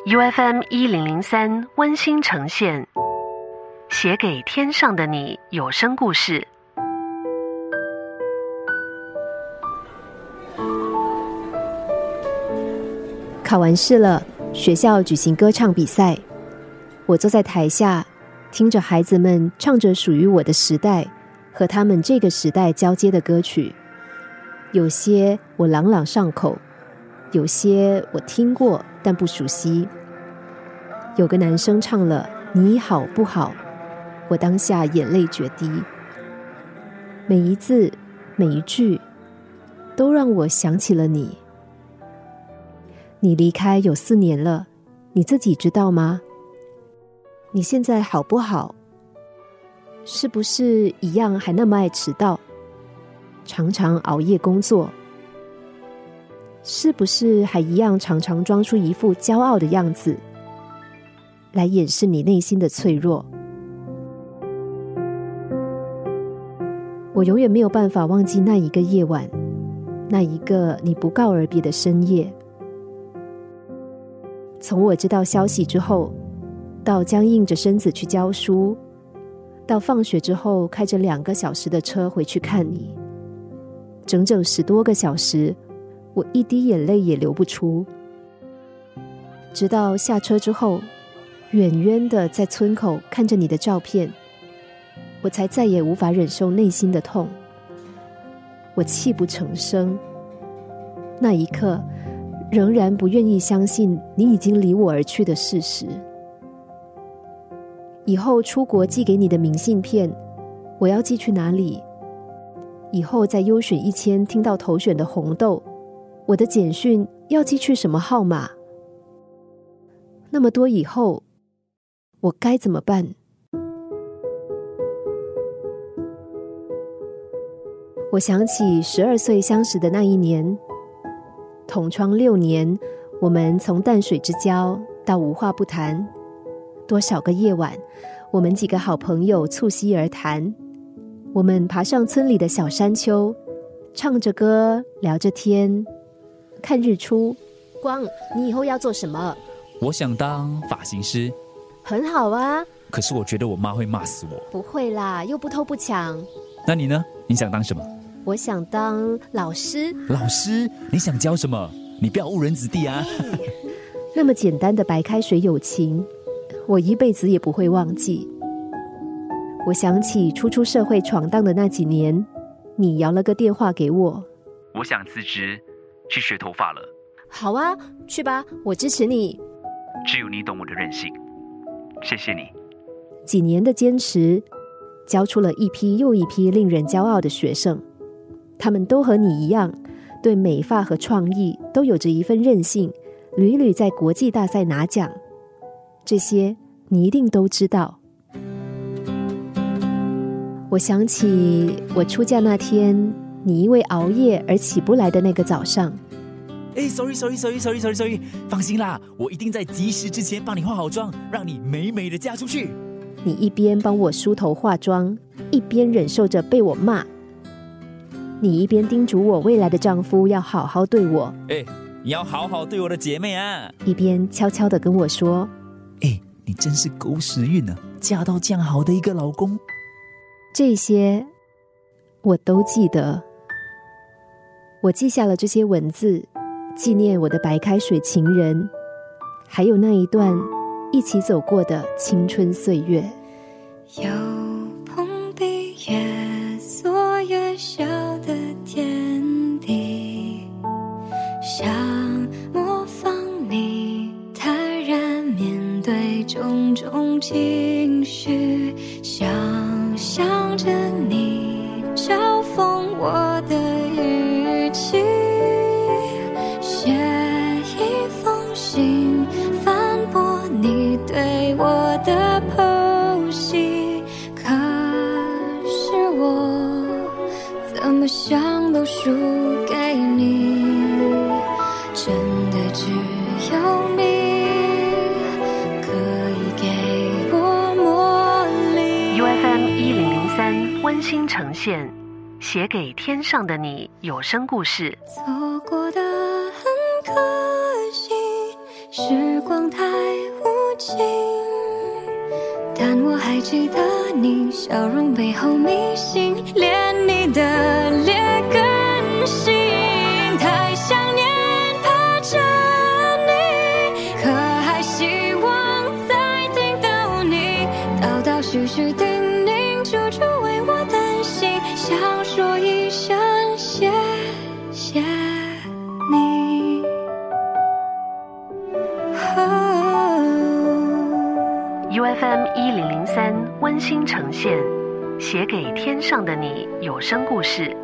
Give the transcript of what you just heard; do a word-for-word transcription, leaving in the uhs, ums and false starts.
U F M 一零零三温馨呈现写给天上的你有声故事。 考完试了，学校举行歌唱比赛，我坐在台下，听着孩子们唱着属于我的时代和他们这个时代交接的歌曲，有些我朗朗上口，有些我听过但不熟悉。有个男生唱了你好不好，我当下眼泪决堤，每一字每一句都让我想起了你。你离开有四年了，你自己知道吗？你现在好不好？是不是一样还那么爱迟到，常常熬夜工作？是不是还一样常常装出一副骄傲的样子，来掩饰你内心的脆弱？我永远没有办法忘记那一个夜晚，那一个你不告而别的深夜。从我知道消息之后，到僵硬着身子去教书，到放学之后开着两个小时的车回去看你，整整十多个小时，我一滴眼泪也流不出。直到下车之后，远远的在村口看着你的照片，我才再也无法忍受内心的痛。我泣不成声，那一刻仍然不愿意相信你已经离我而去的事实。以后出国寄给你的明信片，我要寄去哪里？以后在优选一千听到投选的红豆，我的简讯要寄去什么号码？那么多以后，我该怎么办？我想起十二岁相识的那一年，同窗六年，我们从淡水之交到无话不谈，多少个夜晚，我们几个好朋友促膝而谈。我们爬上村里的小山丘，唱着歌，聊着天，看日出。光，你以后要做什么？ 我想当发型师。 很好啊。 可是我觉得我妈会骂死我。 不会啦，又不偷不抢。 那你呢？你想当什么？ 我想当老师。 老师？你想教什么？你不要误人子弟啊。 那么简单的白开水友情，我一辈子也不会忘记。我想起初出社会闯荡的那几年，你摇了个电话给我。 我想辞职去学头发了。 好啊，去吧，我支持你。 只有你懂我的任性，谢谢你。 几年的坚持，教出了一批又一批令人骄傲的学生，他们都和你一样，对美发和创意都有着一份韧性，屡屡在国际大赛拿奖。这些你一定都知道。我想起我出嫁那天，你因为熬夜而起不来的那个早上。 哎 ，sorry sorry sorry sorry sorry sorry， 放心啦，我一定在及时之前帮你化好妆，让你美美的嫁出去。 你一边帮我梳头化妆，一边忍受着被我骂。你一边叮嘱我未来的丈夫要好好对我。 哎，你要好好对我的姐妹啊。 一边悄悄地跟我说， 哎，你真是狗屎运啊，嫁到这样好的一个老公。 这些我都记得。我记下了这些文字，纪念我的白开水情人，还有那一段一起走过的青春岁月。 有朋比耶所越小的天地，想模仿你坦然面对种种情绪，想象着你嘲讽我的语气，写一封信反驳你对我的剖析，可是我怎么想都输给你，真的只有你可以给我魔力。 U F M 一零零三温馨呈现写给天上的你有声故事。 错过的很可惜，时光光太无情，但我还记得你笑容背后迷信，连你的劣根性，太想念怕着你，可还希望再听到你叨叨絮絮叮咛，处处为我担心，想说一声谢谢你。 U F M 一零零三温馨呈现，写给天上的你有声故事。